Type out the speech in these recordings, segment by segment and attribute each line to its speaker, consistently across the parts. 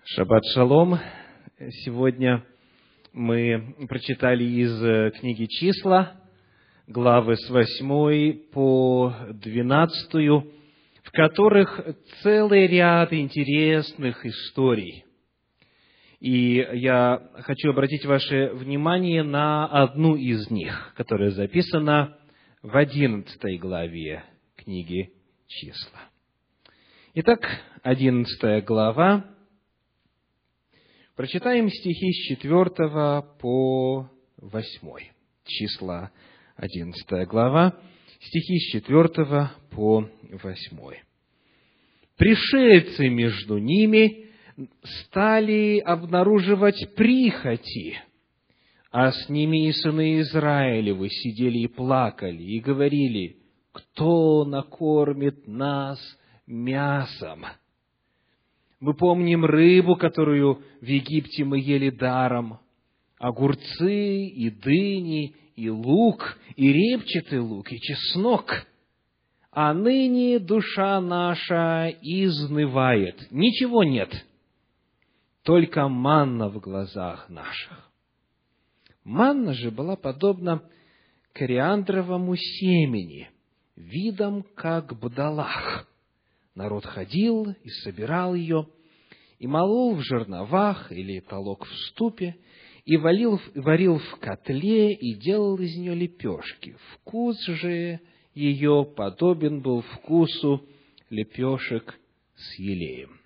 Speaker 1: Шаббат шалом. Сегодня мы прочитали из книги «Числа» главы с 8 по 12, в которых целый ряд интересных историй. И я хочу обратить ваше внимание на одну из них, которая записана в 11 главе книги «Числа». Итак, 11 глава. Прочитаем стихи с 4 по 8. Числа, 11 глава, стихи с 4 по 8. «Пришельцы между ними стали обнаруживать прихоти, а с ними и сыны Израилевы сидели и плакали, и говорили: кто накормит нас мясом? Мы помним рыбу, которую в Египте мы ели даром, огурцы и дыни, и лук, и репчатый лук, и чеснок. А ныне душа наша изнывает. Ничего нет, только манна в глазах наших». Манна же была подобна кориандровому семени, видом как бдалах. Народ ходил и собирал ее, и молол в жерновах или толок в ступе, и варил в котле, и делал из нее лепешки. Вкус же ее подобен был вкусу лепешек с елеем.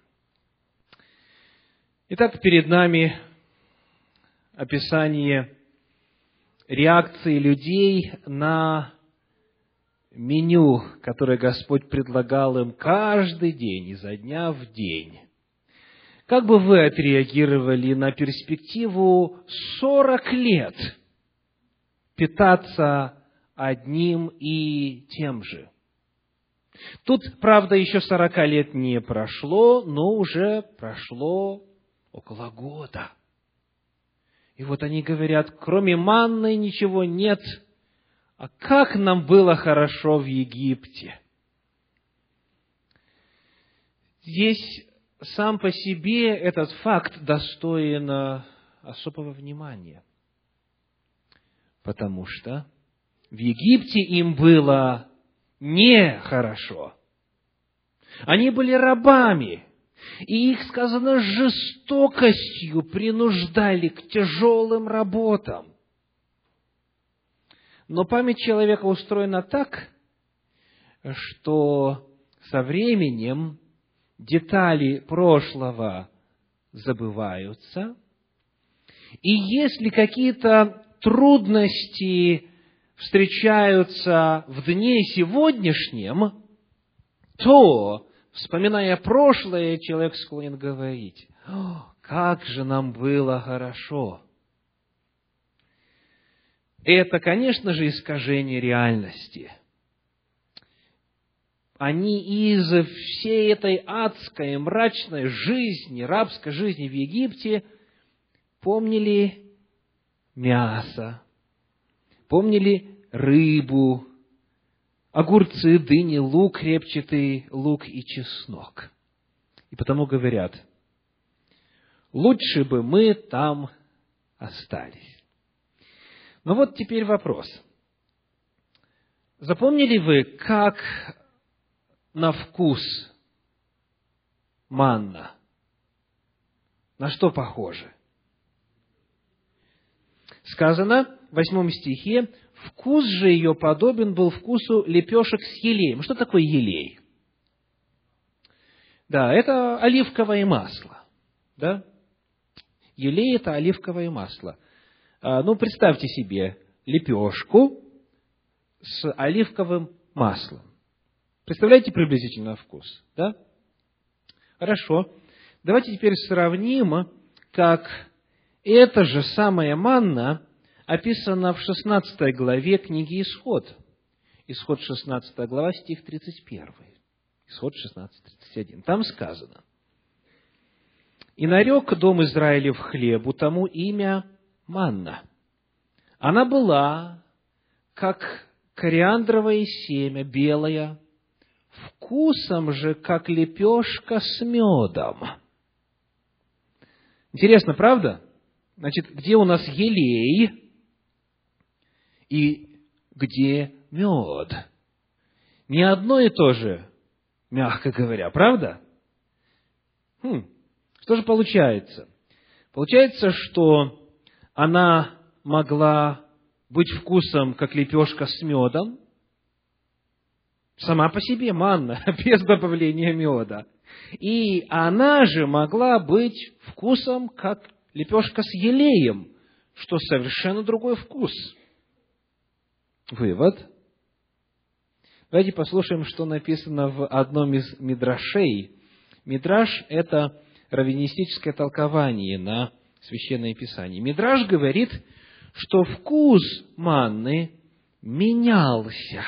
Speaker 1: Итак, перед нами описание реакции людей на меню, которое Господь предлагал им каждый день, изо дня в день. Как бы вы отреагировали на перспективу 40 лет питаться одним и тем же? Тут, правда, еще 40 лет не прошло, но уже прошло около года. И вот они говорят: кроме манны ничего нет. А как нам было хорошо в Египте! Здесь сам по себе этот факт достоин особого внимания, потому что в Египте им было нехорошо. Они были рабами, и их, сказано, жестокостью принуждали к тяжелым работам. Но память человека устроена так, что со временем детали прошлого забываются, и если какие-то трудности встречаются в дне сегодняшнем, то, вспоминая прошлое, человек склонен говорить: как же нам было хорошо! Это, конечно же, искажение реальности. Они из всей этой адской, мрачной жизни, рабской жизни в Египте помнили мясо, помнили рыбу, огурцы, дыни, лук, репчатый лук и чеснок. И потому говорят: лучше бы мы там остались. Но вот теперь вопрос. Запомнили вы, как на вкус манна? На что похоже? Сказано в 8 стихе: вкус же ее подобен был вкусу лепешек с елеем. Что такое елей? Да, это оливковое масло. Да? Елей – это оливковое масло. Представьте себе лепешку с оливковым маслом. Представляете приблизительно вкус, да? Хорошо. Давайте теперь сравним, как эта же самая манна описана в 16 главе книги Исход. Исход 16 глава, стих 31. Исход 16, 31. Там сказано: «И нарек дом Израилев хлебу тому имя манна. Она была, как кориандровое семя, белая, вкусом же, как лепешка с медом. Интересно, правда? Значит, где у нас елей и где мед? Не одно и то же, мягко говоря, правда? Что же получается? Получается, что она могла быть вкусом, как лепешка с медом, сама по себе манна, без добавления меда. И она же могла быть вкусом, как лепешка с елеем, что совершенно другой вкус. Вывод. Давайте послушаем, что написано в одном из мидрашей. Мидраш – это раввинистическое толкование на Священное Писание. Мидраш говорит, что вкус манны менялся.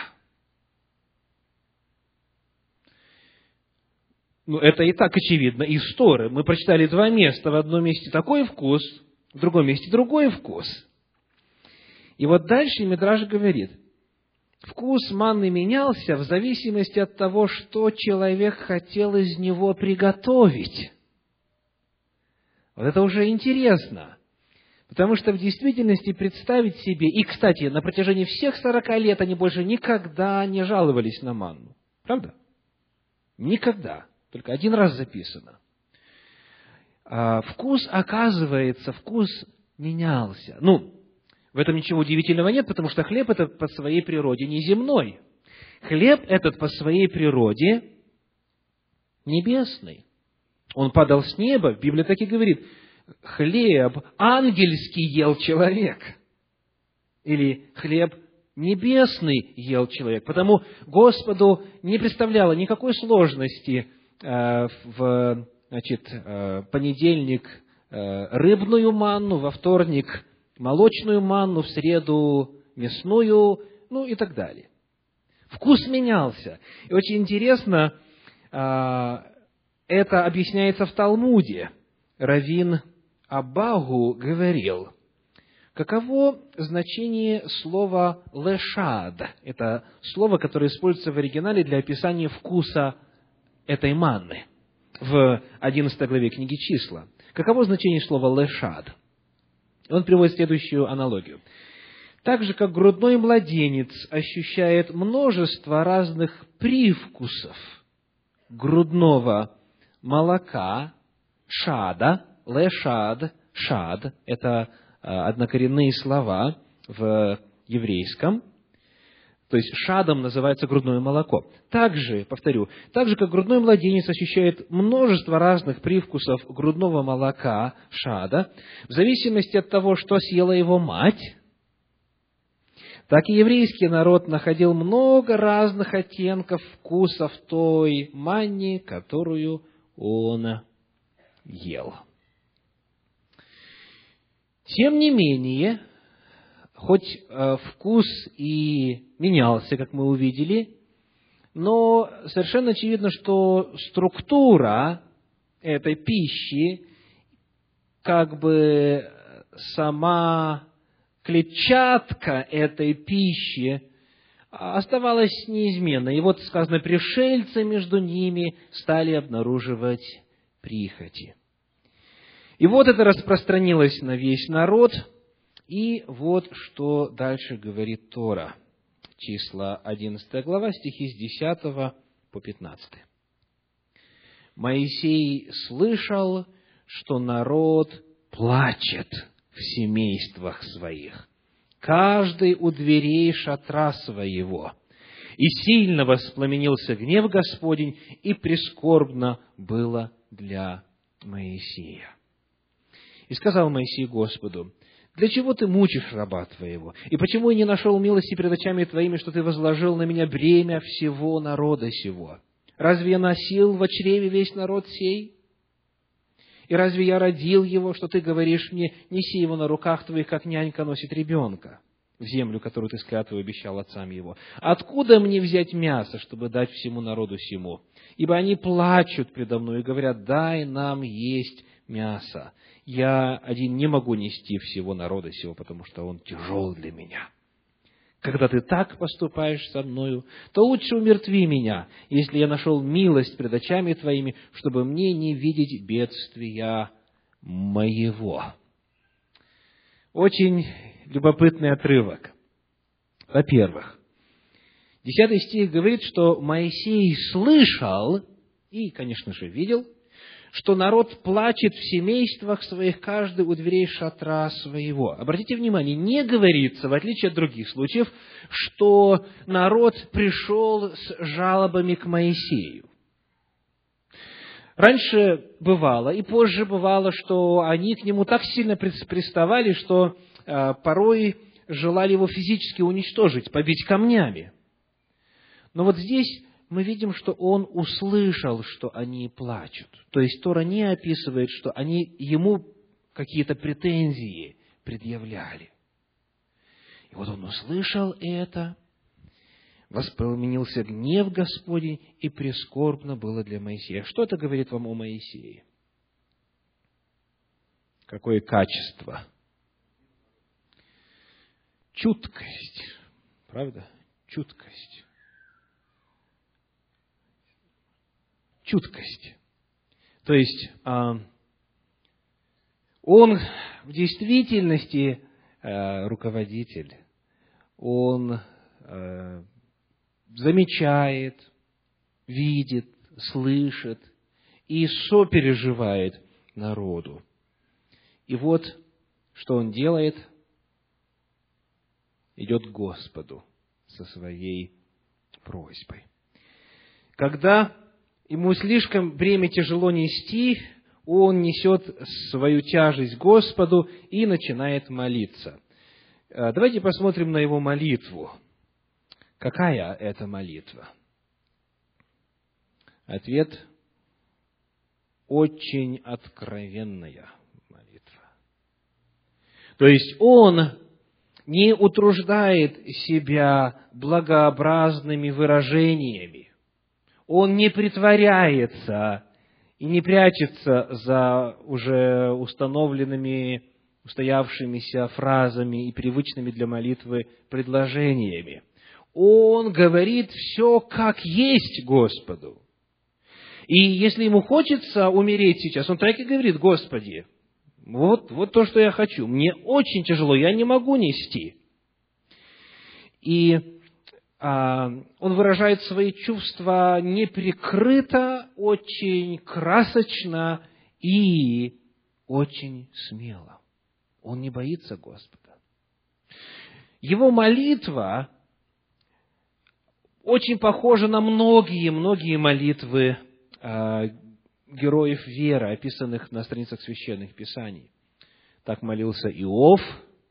Speaker 1: Это и так очевидно из Торы. Мы прочитали два места. В одном месте такой вкус, в другом месте другой вкус. И вот дальше Мидраш говорит, вкус манны менялся в зависимости от того, что человек хотел из него приготовить. Вот это уже интересно. Потому что в действительности представить себе, и, кстати, на протяжении всех 40 лет они больше никогда не жаловались на манну. Правда? Никогда. Только один раз записано. Вкус, оказывается, вкус менялся. В этом ничего удивительного нет, потому что хлеб этот по своей природе неземной. Хлеб этот по своей природе небесный. Он падал с неба, Библия так и говорит, хлеб ангельский ел человек. Или хлеб небесный ел человек. Потому Господу не представляло никакой сложности в понедельник рыбную манну, во вторник молочную манну, в среду мясную, и так далее. Вкус менялся. И очень интересно, это объясняется в Талмуде. Раввин Абагу говорил, каково значение слова «лешад». Это слово, которое используется в оригинале для описания вкуса этой манны в 11 главе книги «Числа». Каково значение слова «лешад»? Он приводит следующую аналогию. Так же, как грудной младенец ощущает множество разных привкусов грудного молока, шада, лешад, шад, это однокоренные слова в еврейском, то есть шадом называется грудное молоко. Также, повторю, так же, как грудной младенец ощущает множество разных привкусов грудного молока, шада, в зависимости от того, что съела его мать, так и еврейский народ находил много разных оттенков вкусов той манни, которую он ел. Тем не менее, хоть вкус и менялся, как мы увидели, но совершенно очевидно, что структура этой пищи, сама клетчатка этой пищи оставалась неизменной. И вот сказано, пришельцы между ними стали обнаруживать прихоти. И вот это распространилось на весь народ. И вот что дальше говорит Тора. Числа 11 глава, стихи с 10 по 15. Моисей слышал, что народ плачет в семействах своих, каждый у дверей шатра своего. И сильно воспламенился гнев Господень, и прискорбно было для Моисея. И сказал Моисей Господу, для чего ты мучишь раба твоего? И почему я не нашел милости пред очами твоими, что ты возложил на меня бремя всего народа сего? Разве я носил во чреве весь народ сей? И разве я родил его, что ты говоришь мне, неси его на руках твоих, как нянька носит ребенка, в землю, которую ты с клятвой обещал отцам его? Откуда мне взять мясо, чтобы дать всему народу сему? Ибо они плачут предо мной и говорят, дай нам есть мясо. Я один не могу нести всего народа сего, потому что он тяжел для меня. Когда ты так поступаешь со мною, то лучше умертви меня, если я нашел милость пред очами твоими, чтобы мне не видеть бедствия моего». Очень любопытный отрывок. Во-первых, 10 стих говорит, что Моисей слышал и, конечно же, видел, что народ плачет в семействах своих, каждый у дверей шатра своего. Обратите внимание, не говорится, в отличие от других случаев, что народ пришел с жалобами к Моисею. Раньше бывало, и позже бывало, что они к нему так сильно приставали, что порой желали его физически уничтожить, побить камнями. Но вот здесь мы видим, что он услышал, что они плачут. То есть Тора не описывает, что они ему какие-то претензии предъявляли. И вот он услышал это, воспламенился гнев Господень, и прискорбно было для Моисея. Что это говорит вам о Моисее? Какое качество? Чуткость. Правда? Чуткость. Чуткость. То есть, он в действительности руководитель. Он замечает, видит, слышит и сопереживает народу. И вот, что он делает? Идет к Господу со своей просьбой. Когда ему слишком бремя тяжело нести, он несет свою тяжесть Господу и начинает молиться. Давайте посмотрим на его молитву. Какая это молитва? Ответ – очень откровенная молитва. То есть он не утруждает себя благообразными выражениями. Он не притворяется и не прячется за уже установленными, устоявшимися фразами и привычными для молитвы предложениями. Он говорит все как есть Господу. И если ему хочется умереть сейчас, он так и говорит: Господи, вот то, что я хочу. Мне очень тяжело, я не могу нести. И он выражает свои чувства неприкрыто, очень красочно и очень смело. Он не боится Господа. Его молитва очень похожа на многие молитвы героев веры, описанных на страницах священных писаний. Так молился Иов,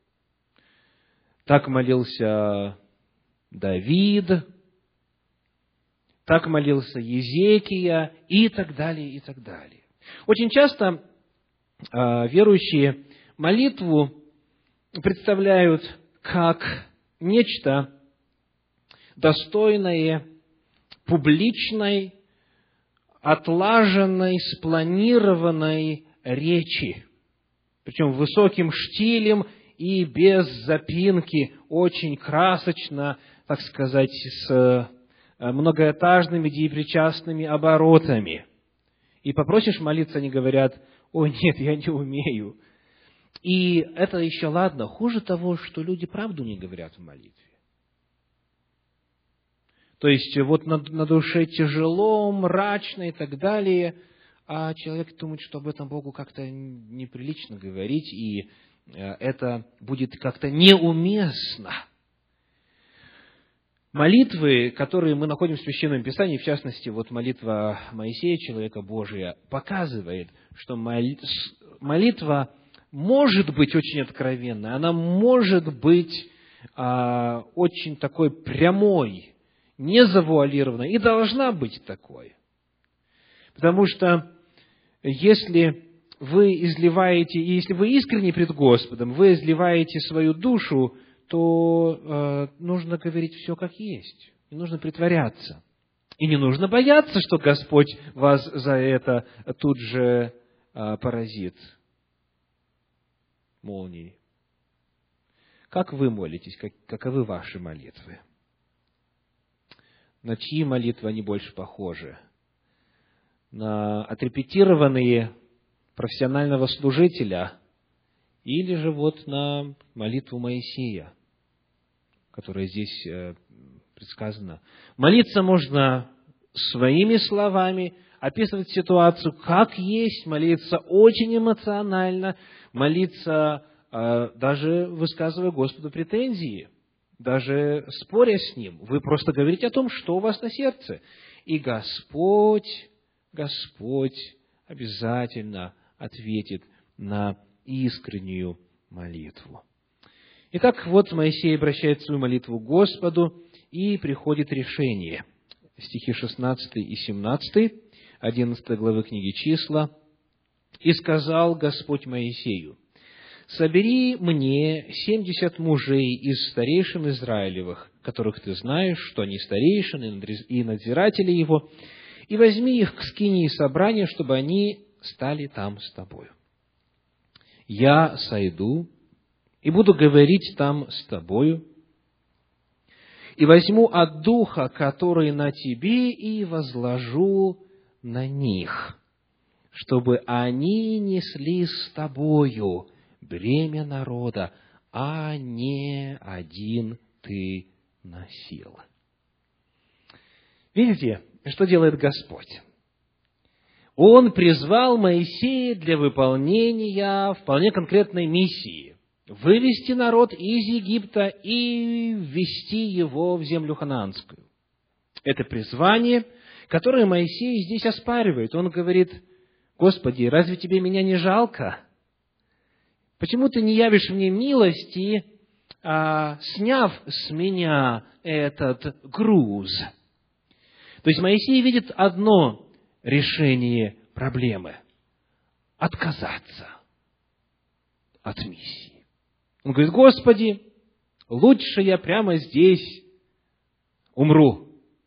Speaker 1: так молился Давид, так молился Езекия и так далее, и так далее. Очень часто верующие молитву представляют как нечто достойное публичной, отлаженной, спланированной речи, причем высоким штилем и без запинки, очень красочно, так сказать, с многоэтажными деепричастными оборотами. И попросишь молиться, они говорят: «Ой, нет, я не умею». И это еще ладно. Хуже того, что люди правду не говорят в молитве. То есть, вот на душе тяжело, мрачно и так далее, а человек думает, что об этом Богу как-то неприлично говорить, и это будет как-то неуместно. Молитвы, которые мы находим в Священном Писании, в частности, вот молитва Моисея, человека Божия, показывает, что молитва может быть очень откровенной, она может быть очень такой прямой, незавуалированной, и должна быть такой. Потому что если вы изливаете, и если вы искренне пред Господом, вы изливаете свою душу, то нужно говорить все как есть. Не нужно притворяться. И не нужно бояться, что Господь вас за это тут же поразит молнией. Как вы молитесь? Каковы ваши молитвы? На чьи молитвы они больше похожи? На отрепетированные профессионального служителя, или же вот на молитву Моисея, которая здесь предсказана. Молиться можно своими словами, описывать ситуацию как есть, молиться очень эмоционально, молиться даже высказывая Господу претензии, даже споря с Ним. Вы просто говорите о том, что у вас на сердце. И Господь обязательно ответит на искреннюю молитву. Итак, вот Моисей обращает свою молитву к Господу, и приходит решение. Стихи 16 и 17, 11 главы книги Числа. «И сказал Господь Моисею: собери мне 70 мужей из старейшин Израилевых, которых ты знаешь, что они старейшины и надзиратели его, и возьми их к скинии собрания, чтобы они стали там с тобою. Я сойду и буду говорить там с тобою, и возьму от Духа, который на тебе, и возложу на них, чтобы они несли с тобою бремя народа, а не один ты носил». Видите, что делает Господь? Он призвал Моисея для выполнения вполне конкретной миссии – вывести народ из Египта и ввести его в землю ханаанскую. Это призвание, которое Моисей здесь оспаривает. Он говорит: «Господи, разве тебе меня не жалко? Почему ты не явишь мне милости, сняв с меня этот груз?» То есть Моисей видит одно решение проблемы – отказаться от миссии. Он говорит: «Господи, лучше я прямо здесь умру».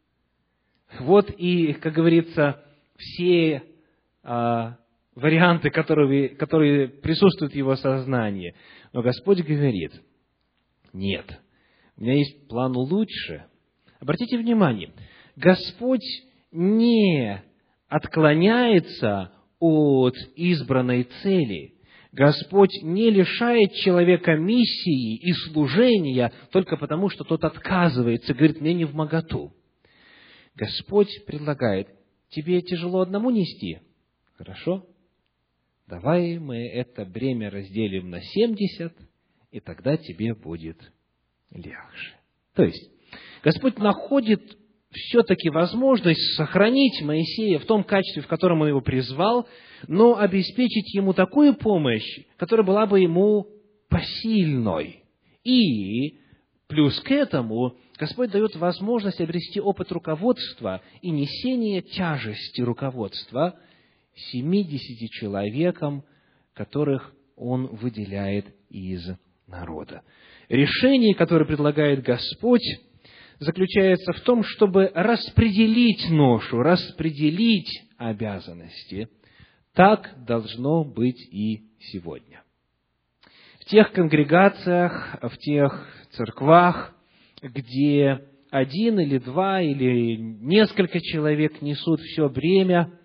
Speaker 1: Вот и, как говорится, все варианты, которые присутствуют в его сознании. Но Господь говорит: нет, у меня есть план лучше. Обратите внимание, Господь не отклоняется от избранной цели. Господь не лишает человека миссии и служения только потому, что тот отказывается, говорит: мне не вмоготу. Господь предлагает: тебе тяжело одному нести? Хорошо, давай мы это бремя разделим на 70, и тогда тебе будет легче. То есть, Господь находит все-таки возможность сохранить Моисея в том качестве, в котором Он его призвал, но обеспечить ему такую помощь, которая была бы ему посильной. И плюс к этому Господь дает возможность обрести опыт руководства и несения тяжести руководства 70 человекам, которых Он выделяет из народа. Решение, которое предлагает Господь, заключается в том, чтобы распределить ношу, распределить обязанности. Так должно быть и сегодня. В тех конгрегациях, в тех церквах, где один или два или несколько человек несут все бремя,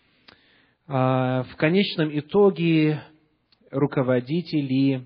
Speaker 1: в конечном итоге руководители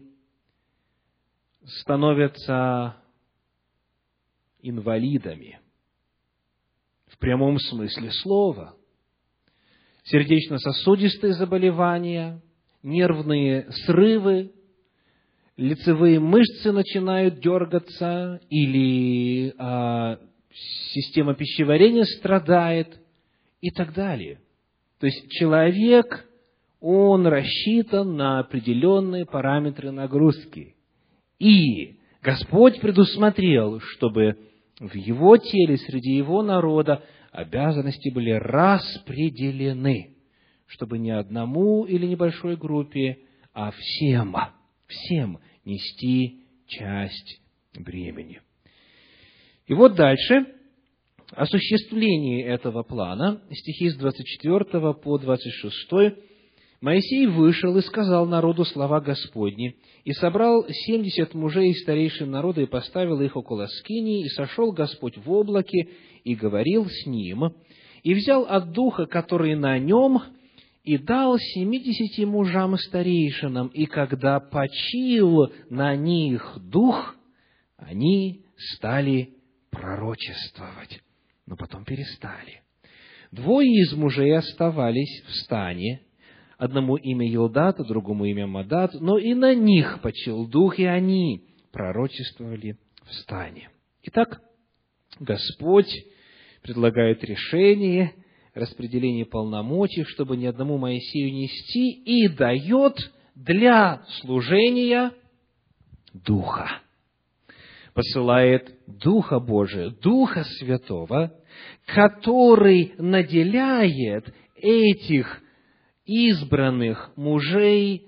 Speaker 1: становятся инвалидами, в прямом смысле слова. Сердечно-сосудистые заболевания, нервные срывы, лицевые мышцы начинают дергаться, или система пищеварения страдает, и так далее. То есть человек, он рассчитан на определенные параметры нагрузки. И Господь предусмотрел, чтобы в его теле, среди его народа обязанности были распределены, чтобы не одному или небольшой группе, а всем нести часть бремени. И вот дальше осуществление этого плана, стихи с 24 по 26. «Моисей вышел и сказал народу слова Господни, и собрал 70 мужей из старейшин народа, и поставил их около скинии, и сошел Господь в облаке, и говорил с ним, и взял от Духа, который на нем, и дал 70 мужам старейшинам, и когда почил на них дух, они стали пророчествовать, но потом перестали. 2 из мужей оставались в стане, одному имя Елдат, другому имя Мадат, но и на них почил дух, и они пророчествовали в стане. Итак, Господь предлагает решение, распределение полномочий, чтобы ни одному Моисею нести, и дает для служения Духа. Посылает Духа Божия, Духа Святого, который наделяет этих избранных мужей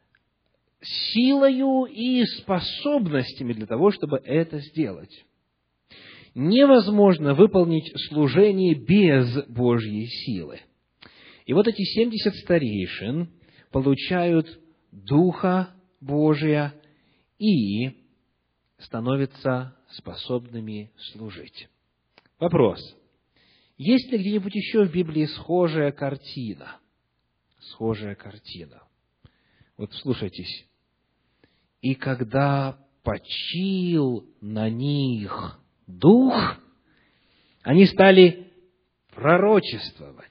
Speaker 1: силою и способностями для того, чтобы это сделать. Невозможно выполнить служение без Божьей силы. И вот эти 70 старейшин получают Духа Божия и становятся способными служить. Вопрос. Есть ли где-нибудь еще в Библии схожая картина? Схожая картина. Вот слушайтесь. «И когда почил на них Дух, они стали пророчествовать».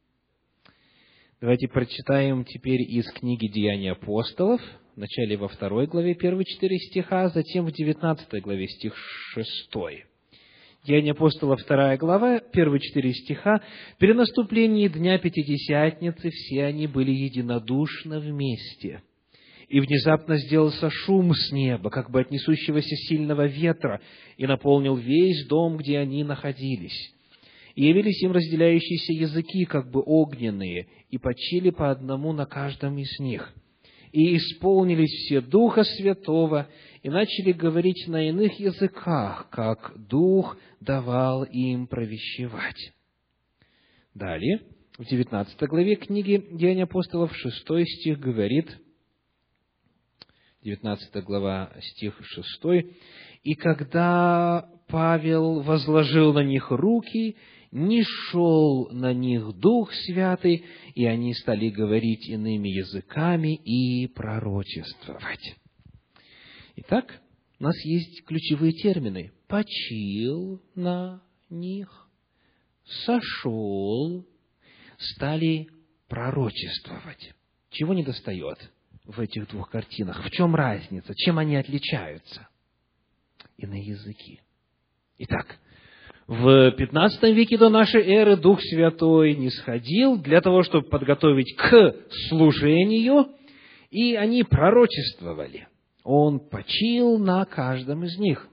Speaker 1: Давайте прочитаем теперь из книги «Деяния апостолов», вначале во 2 главе, первые 4 стиха, затем в 19 главе, стих 6. Деяния апостолов, 2 глава, первые 4 стиха. «При наступлении Дня Пятидесятницы все они были единодушно вместе. И внезапно сделался шум с неба, как бы от несущегося сильного ветра, и наполнил весь дом, где они находились. И явились им разделяющиеся языки, как бы огненные, и почили по одному на каждом из них. И исполнились все Духа Святого, и начали говорить на иных языках, как Дух давал им провещевать». Далее, в 19 главе книги Деяния апостолов, 6 стих говорит, 19 глава, стих 6, «И когда Павел возложил на них руки, нишел на них Дух Святый, и они стали говорить иными языками и пророчествовать». Итак, у нас есть ключевые термины. «Почил на них», «сошел», «стали пророчествовать». Чего недостает в этих двух картинах? В чем разница? Чем они отличаются? Иные языки. Итак, в 15 веке до нашей эры Дух Святой нисходил для того, чтобы подготовить к служению, и они пророчествовали. Он почил на каждом из них.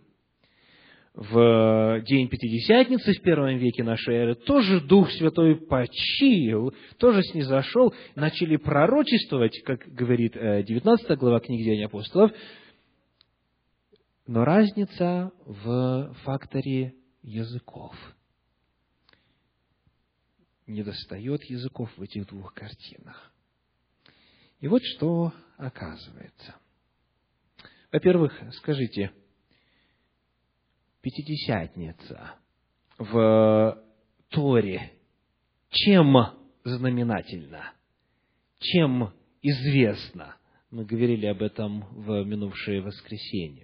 Speaker 1: В день Пятидесятницы в 1 веке нашей эры тоже Дух Святой почил, тоже снизошел, начали пророчествовать, как говорит 19 глава книги Деяний апостолов, но разница в факторе языков. Недостает языков в этих двух картинах. И вот что оказывается. Во-первых, скажите, Пятидесятница в Торе чем знаменательна? Чем известна? Мы говорили об этом в минувшее воскресенье.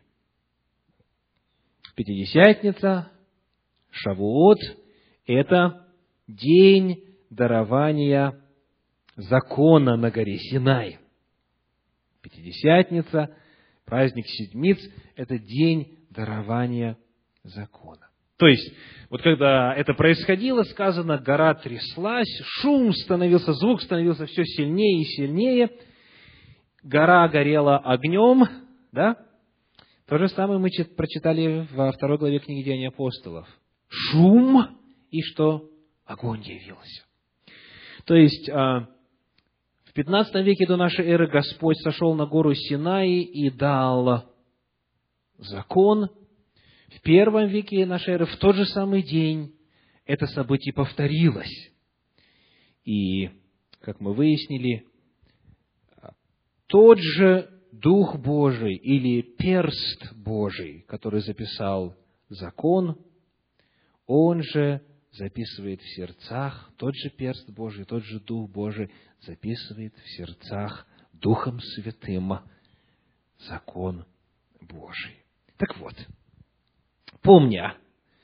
Speaker 1: Пятидесятница, Шавуот – это день дарования закона на горе Синай. Пятидесятница, праздник Седмиц – это день дарования закона. То есть, вот когда это происходило, сказано, гора тряслась, шум становился, звук становился все сильнее и сильнее, гора горела огнем, да? То же самое мы прочитали во 2 главе книги Деяний апостолов. Шум, и что? Огонь явился. То есть, в 15 веке до нашей эры Господь сошел на гору Синай и дал закон. В 1 веке нашей эры, в тот же самый день, это событие повторилось. И, как мы выяснили, тот же Дух Божий или перст Божий, который записал закон, он же записывает в сердцах, тот же перст Божий, тот же Дух Божий записывает в сердцах Духом Святым закон Божий. Так вот, помня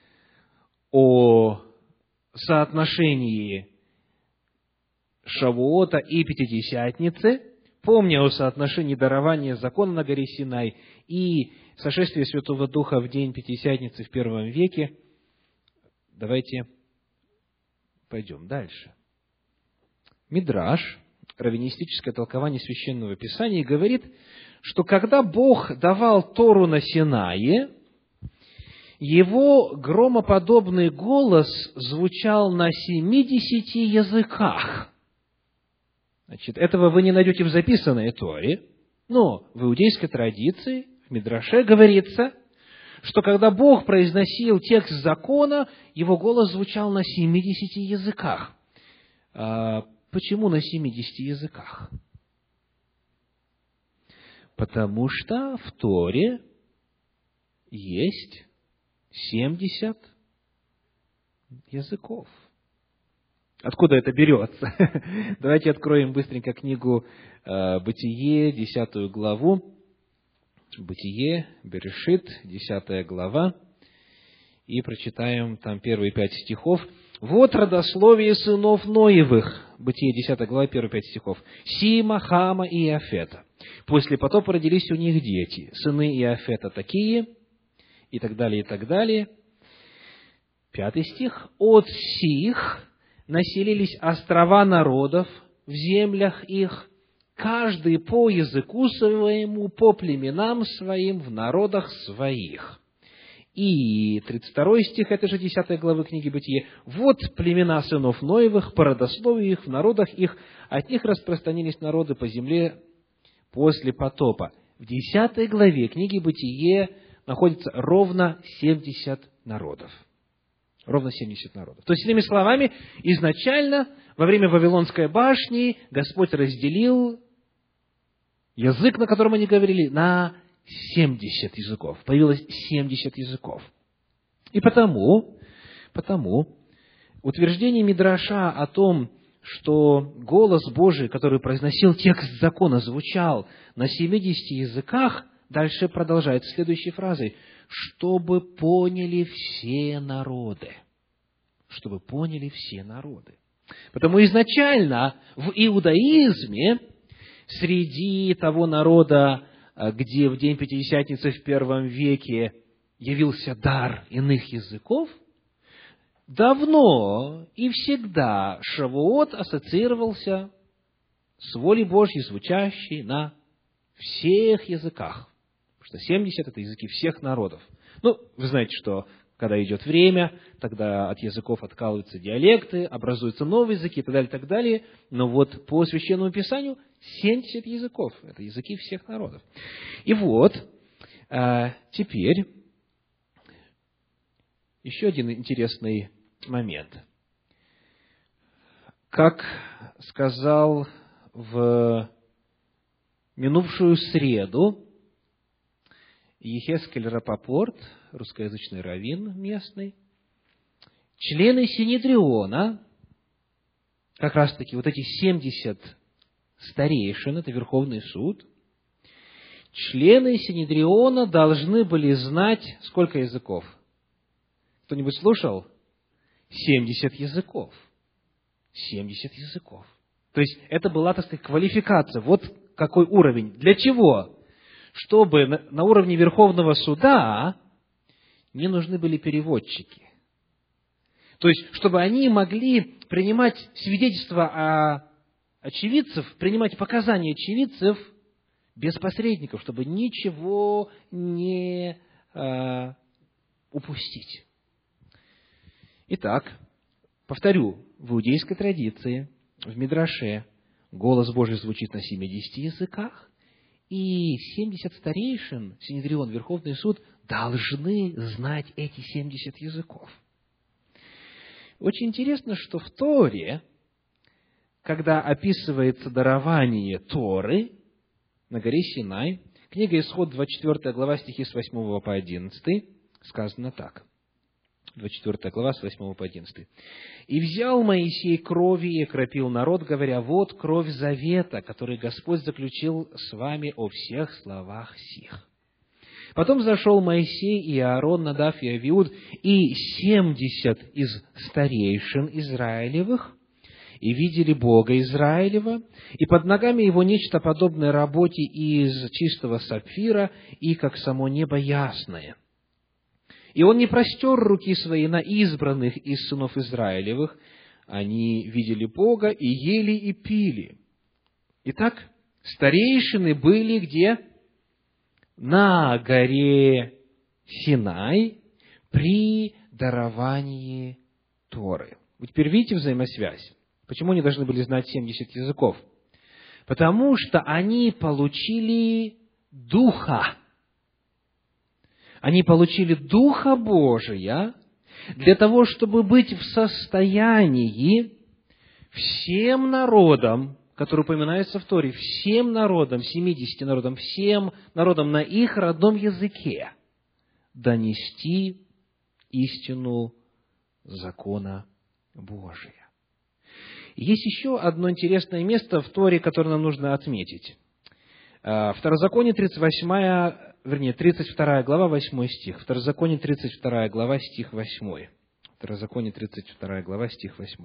Speaker 1: о соотношении Шавуота и Пятидесятницы, помня о соотношении дарования закона на горе Синай и сошествия Святого Духа в день Пятидесятницы в первом веке, давайте пойдем дальше. Мидраш, раввинистическое толкование Священного Писания, говорит, что когда Бог давал Тору на Синае, Его громоподобный голос звучал на 70 языках. Значит, этого вы не найдете в записанной Торе, но в иудейской традиции, в Мидраше говорится, что когда Бог произносил текст закона, Его голос звучал на 70 языках. Почему на 70 языках? Потому что в Торе есть 70 языков. Откуда это берется? Давайте откроем быстренько книгу Бытие, 10 главу. Бытие, Берешит, 10 глава. И прочитаем там первые 5 стихов. «Вот родословие сынов Ноевых». Бытие, 10 глава, первые 5 стихов. «Сима, Хама и Иафета. После потопа родились у них дети. Сыны Иафета такие». И так далее, и так далее. 5 стих. «От сих населились острова народов в землях их, каждый по языку своему, по племенам своим, в народах своих». И 32 стих этой же 10 главы книги Бытие. «Вот племена сынов Ноевых, по родословию их, в народах их, от них распространились народы по земле после потопа». В 10 главе книги Бытие находится ровно 70 народов. Ровно 70 народов. То есть, иными словами, изначально, во время Вавилонской башни, Господь разделил язык, на котором они говорили, на 70 языков. Появилось 70 языков. И потому утверждение Мидраша о том, что голос Божий, который произносил текст закона, звучал на 70 языках, дальше продолжается следующей фразой: «чтобы поняли все народы». Чтобы поняли все народы. Потому изначально в иудаизме среди того народа, где в день Пятидесятницы в первом веке явился дар иных языков, давно и всегда Шавуот ассоциировался с волей Божьей, звучащей на всех языках. Потому что 70 – это языки всех народов. Ну, вы знаете, что когда идет время, тогда от языков откалываются диалекты, образуются новые языки и так далее, и так далее. Но вот по Священному Писанию 70 языков – это языки всех народов. И вот, теперь еще один интересный момент. Как сказал в минувшую среду Йехескель Рапопорт, русскоязычный раввин местный, члены Синедриона, как раз таки вот эти 70 старейшин, это Верховный суд, члены Синедриона должны были знать сколько языков? Кто-нибудь слушал? 70 языков. 70 языков. То есть, это была, так сказать, квалификация. Вот какой уровень. Для чего? Чтобы на уровне Верховного суда не нужны были переводчики. То есть, чтобы они могли принимать свидетельства очевидцев, принимать показания очевидцев без посредников, чтобы ничего не упустить. Итак, повторю, в иудейской традиции, в Мидраше, голос Божий звучит на 70 языках, и 70 старейшин, Синедрион, Верховный суд, должны знать эти 70 языков. Очень интересно, что в Торе, когда описывается дарование Торы на горе Синай, книга Исход, 24 глава, стихи с 8 по 11, сказано так. 24 глава, с 8 по 11. «И взял Моисей крови и окропил народ, говоря: вот кровь завета, который Господь заключил с вами о всех словах сих. Потом зашел Моисей и Аарон, Надав и Авиуд, и 70 из старейшин Израилевых, и видели Бога Израилева, и под ногами его нечто подобное работе из чистого сапфира, и как само небо ясное. И он не простер руки свои на избранных из сынов Израилевых, они видели Бога и ели и пили. Итак, старейшины были где? На горе Синай при даровании Торы». Вы теперь видите взаимосвязь? Почему они должны были знать 70 языков? Потому что они получили Духа. Они получили Духа Божия для того, чтобы быть в состоянии всем народам, которые упоминаются в Торе, всем народам, 70 народам, всем народам на их родном языке донести истину закона Божия. Есть еще одно интересное место в Торе, которое нам нужно отметить. Второзаконие 32 глава, 8 стих. Второзаконие 32 глава, стих 8. Второзаконие 32 глава, стих 8.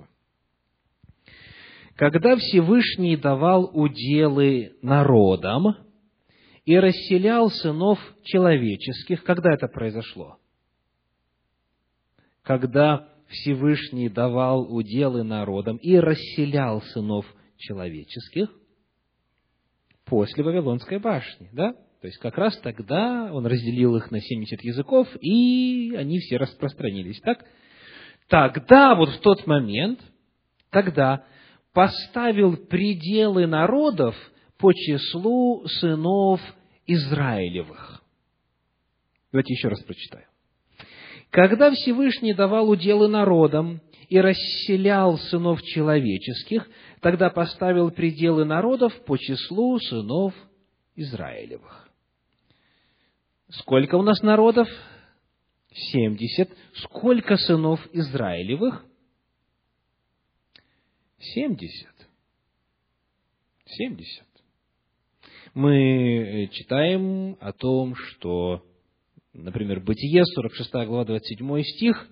Speaker 1: «Когда Всевышний давал уделы народам и расселял сынов человеческих», когда это произошло? Когда Всевышний давал уделы народам и расселял сынов человеческих после Вавилонской башни, да? То есть, как раз тогда Он разделил их на 70 языков, и они все распространились, так? Тогда, вот в тот момент, тогда поставил пределы народов по числу сынов Израилевых. Давайте еще раз прочитаю. «Когда Всевышний давал уделы народам и расселял сынов человеческих, тогда поставил пределы народов по числу сынов Израилевых». Сколько у нас народов? 70. Сколько сынов Израилевых? 70. 70. Мы читаем о том, что, например, Бытие, 46 глава, 27 стих,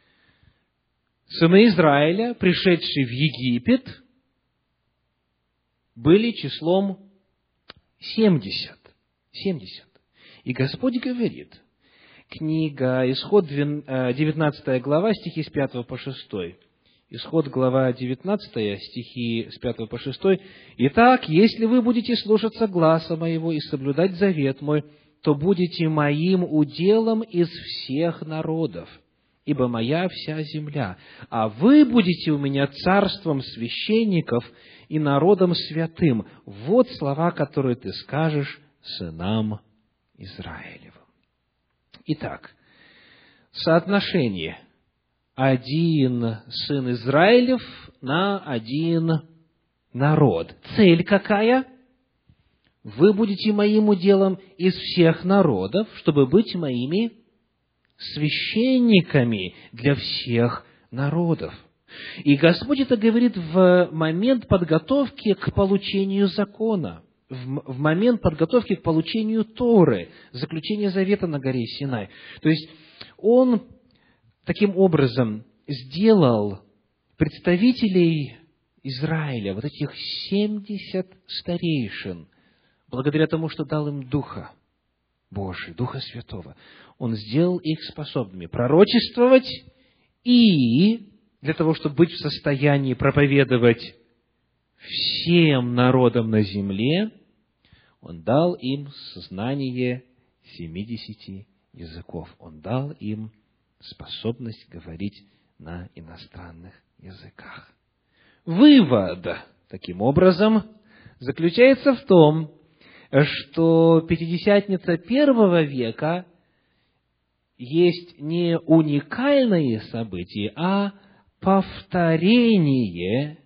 Speaker 1: сыны Израиля, пришедшие в Египет, были числом 70. 70. И Господь говорит, книга Исход, 19 глава, стихи с 5 по 6. Исход, глава 19, стихи с 5 по 6. «Итак, если вы будете слушаться гласа моего и соблюдать завет мой, то будете моим уделом из всех народов, ибо моя вся земля, а вы будете у меня царством священников и народом святым». Вот слова, которые ты скажешь сынам Израилевым. Итак, соотношение один сын Израилев на один народ. Цель какая? Вы будете моим уделом из всех народов, чтобы быть моими священниками для всех народов. И Господь это говорит в момент подготовки к получению закона, в момент подготовки к получению Торы, заключения завета на горе Синай. То есть Он таким образом сделал представителей Израиля, вот этих 70 старейшин, благодаря тому, что дал им Духа Божия, Духа Святого. Он сделал их способными пророчествовать и для того, чтобы быть в состоянии проповедовать всем народам на земле, Он дал им знание 70 языков. Он дал им способность говорить на иностранных языках. Вывод, таким образом, заключается в том, что Пятидесятница первого века есть не уникальное событие, а повторение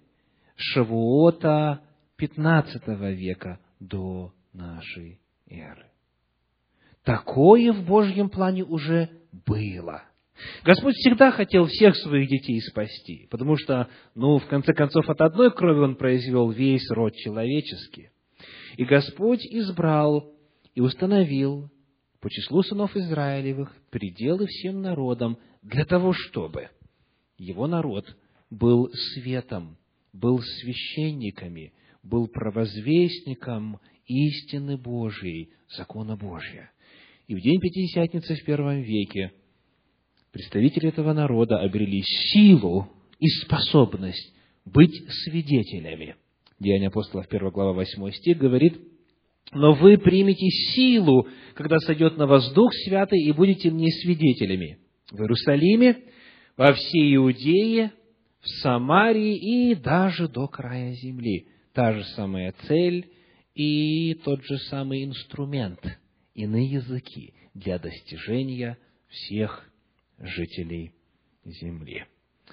Speaker 1: Шавуота 15 века до нашей эры. Такое в Божьем плане уже было. Господь всегда хотел всех своих детей спасти, потому что, в конце концов, от одной крови Он произвел весь род человеческий. И Господь избрал и установил по числу сынов Израилевых пределы всем народам для того, чтобы Его народ был светом, был священниками, был провозвестником истины Божией, закона Божия. И в день Пятидесятницы в первом веке представители этого народа обрели силу и способность быть свидетелями. Деяния апостолов, 1 глава, 8 стих говорит: «Но вы примете силу, когда сойдет на вас Дух Святый, и будете мне свидетелями в Иерусалиме, во всей Иудее, в Самарии и даже до края земли». Та же самая цель и тот же самый инструмент, иные языки для достижения всех жителей земли.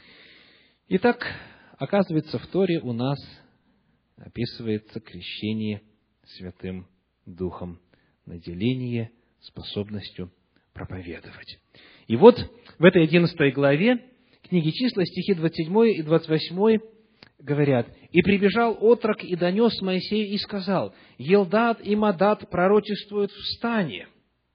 Speaker 1: Итак, оказывается, в Торе у нас описывается крещение Святым Духом, наделение способностью проповедовать. И вот в этой 11 главе книги Числа, стихи 27 и 28 говорят: «И прибежал отрок и донес Моисею и сказал: Елдад и Мадад пророчествуют в стане».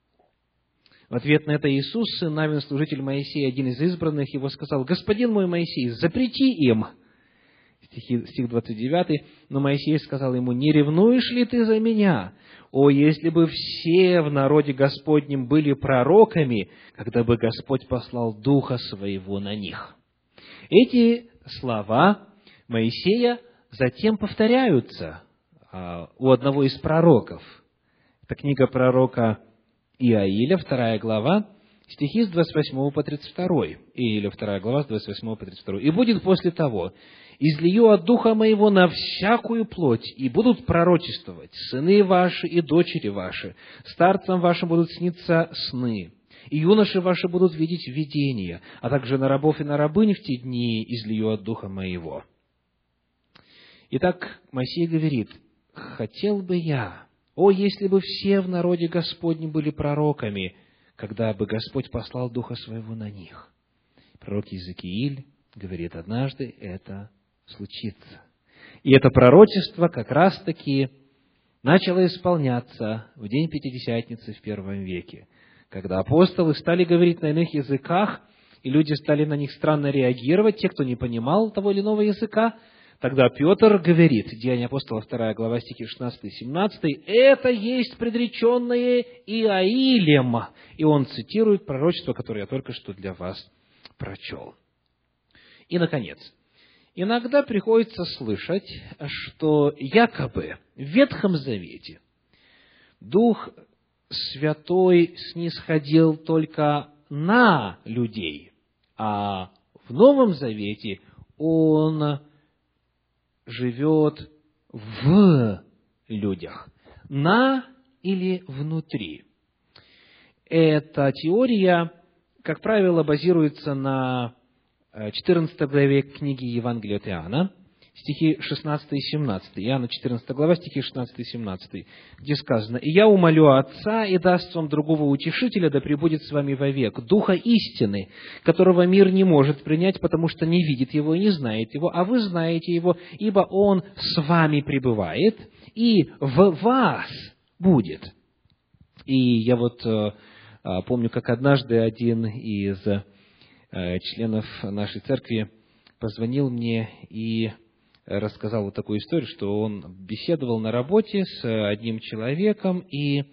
Speaker 1: В ответ на это Иисус, сын Навин, служитель Моисея, один из избранных, его сказал: «Господин мой Моисей, запрети им». Стих 29. «Но Моисей сказал ему: не ревнуешь ли ты за меня? О, если бы все в народе Господнем были пророками, когда бы Господь послал Духа Своего на них». Эти слова Моисея затем повторяются у одного из пророков. Это книга пророка Иаиля, 2 глава, стихи с 28 по 32. Иаиля, 2 глава, с 28 по 32. «И будет после того: излию от Духа Моего на всякую плоть, и будут пророчествовать сыны ваши и дочери ваши, старцам вашим будут сниться сны, и юноши ваши будут видеть видения, а также на рабов и на рабынь в те дни излию от Духа Моего». Итак, Моисей говорит: «Хотел бы я, если бы все в народе Господнем были пророками, когда бы Господь послал Духа Своего на них». Пророк Иезекииль говорит: однажды это случится. И это пророчество как раз-таки начало исполняться в день Пятидесятницы в первом веке, когда апостолы стали говорить на иных языках, и люди стали на них странно реагировать, те, кто не понимал того или иного языка. Тогда Петр говорит, Деяния апостолов, 2 глава, стихи 16 и 17, «Это есть предреченное Иаилем». И он цитирует пророчество, которое я только что для вас прочел. И, наконец, иногда приходится слышать, что якобы в Ветхом Завете Дух Святой снисходил только на людей, а в Новом Завете Он живет в людях, на или внутри. Эта теория, как правило, базируется на 14 главе книги Евангелия от Иоанна, стихи 16 и 17. Иоанна 14 глава, стихи 16 и 17, где сказано: «И я умолю Отца, и даст вам другого утешителя, да пребудет с вами вовек, Духа истины, которого мир не может принять, потому что не видит его и не знает его, а вы знаете его, ибо он с вами пребывает и в вас будет». И я помню, как однажды один из членов нашей церкви позвонил мне и рассказал вот такую историю, что он беседовал на работе с одним человеком, и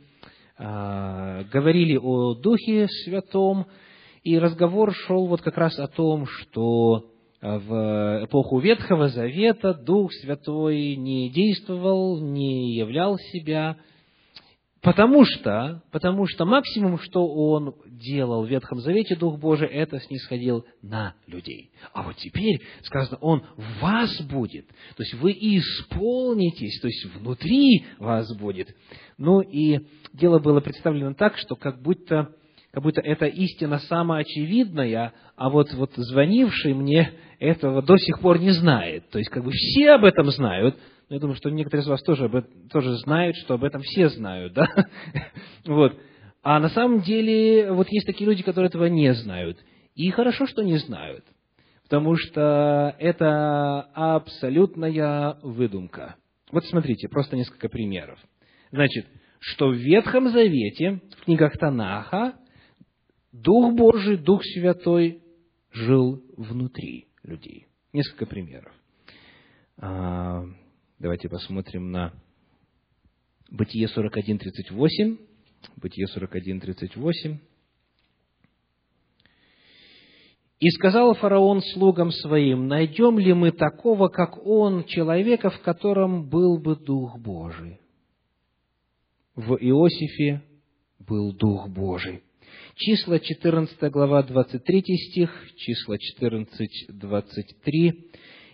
Speaker 1: говорили о Духе Святом, и разговор шел вот как раз о том, что в эпоху Ветхого Завета Дух Святой не действовал, не являл себя, потому что максимум, что он делал в Ветхом Завете, Дух Божий, это снисходил на людей. А вот теперь сказано, Он в вас будет, то есть вы исполнитесь, то есть внутри вас будет. Ну и дело было представлено так, что как будто эта истина самоочевидная, а вот звонивший мне этого до сих пор не знает. То есть все об этом знают. Я думаю, что некоторые из вас тоже знают, что об этом все знают, да? Вот. А на самом деле, есть такие люди, которые этого не знают. И хорошо, что не знают, потому что это абсолютная выдумка. Вот смотрите, просто несколько примеров. Значит, что в Ветхом Завете, в книгах Танаха, Дух Божий, Дух Святой жил внутри людей. Несколько примеров. Давайте посмотрим на Бытие 41:38. Бытие 41:38. «И сказал фараон слугам своим: найдем ли мы такого, как он, человека, в котором был бы Дух Божий?» В Иосифе был Дух Божий. Числа 14 глава 23 стих, числа 14:23.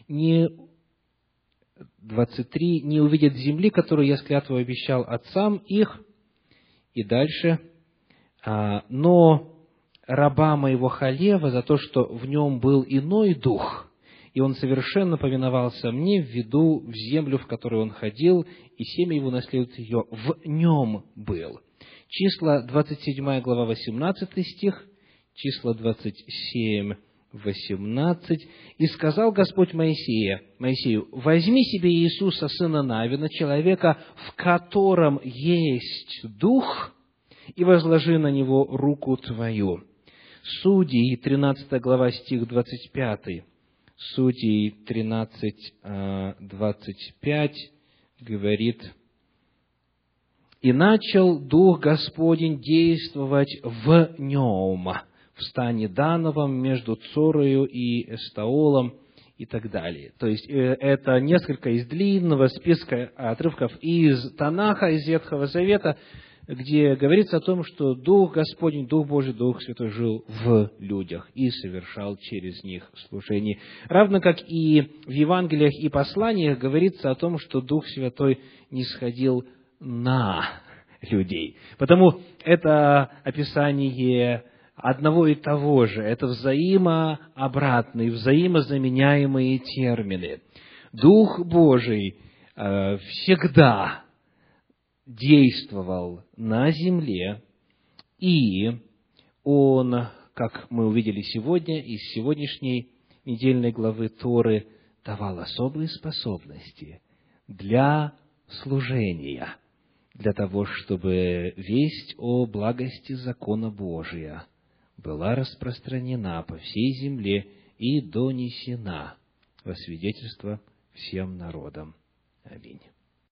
Speaker 1: «23. Не увидят земли, которую я с клятвой обещал отцам их». И дальше. «Но раба моего Халева за то, что в нем был иной дух, и он совершенно повиновался мне, введу в землю, в которую он ходил, и семя его наследует ее, в нем был». Числа 27 глава 18 стих, числа 27:18. «И сказал Господь Моисею: возьми себе Иисуса, сына Навина, человека, в котором есть дух, и возложи на него руку твою». Судей, 13 глава, стих 25. Судей 13:25 говорит: «И начал Дух Господень действовать в нем, в стане Дановом, между Цорою и Эстаолом», и так далее. То есть, это несколько из длинного списка отрывков из Танаха, из Ветхого Завета, где говорится о том, что Дух Господень, Дух Божий, Дух Святой жил в людях и совершал через них служение. Равно как и в Евангелиях и посланиях говорится о том, что Дух Святой нисходил на людей. Потому это описание одного и того же, это взаимообратные, взаимозаменяемые термины. Дух Божий всегда действовал на земле, и Он, как мы увидели сегодня из сегодняшней недельной главы Торы, давал особые способности для служения, для того, чтобы весть о благости закона Божия была распространена по всей земле и донесена во свидетельство всем народам. Аминь.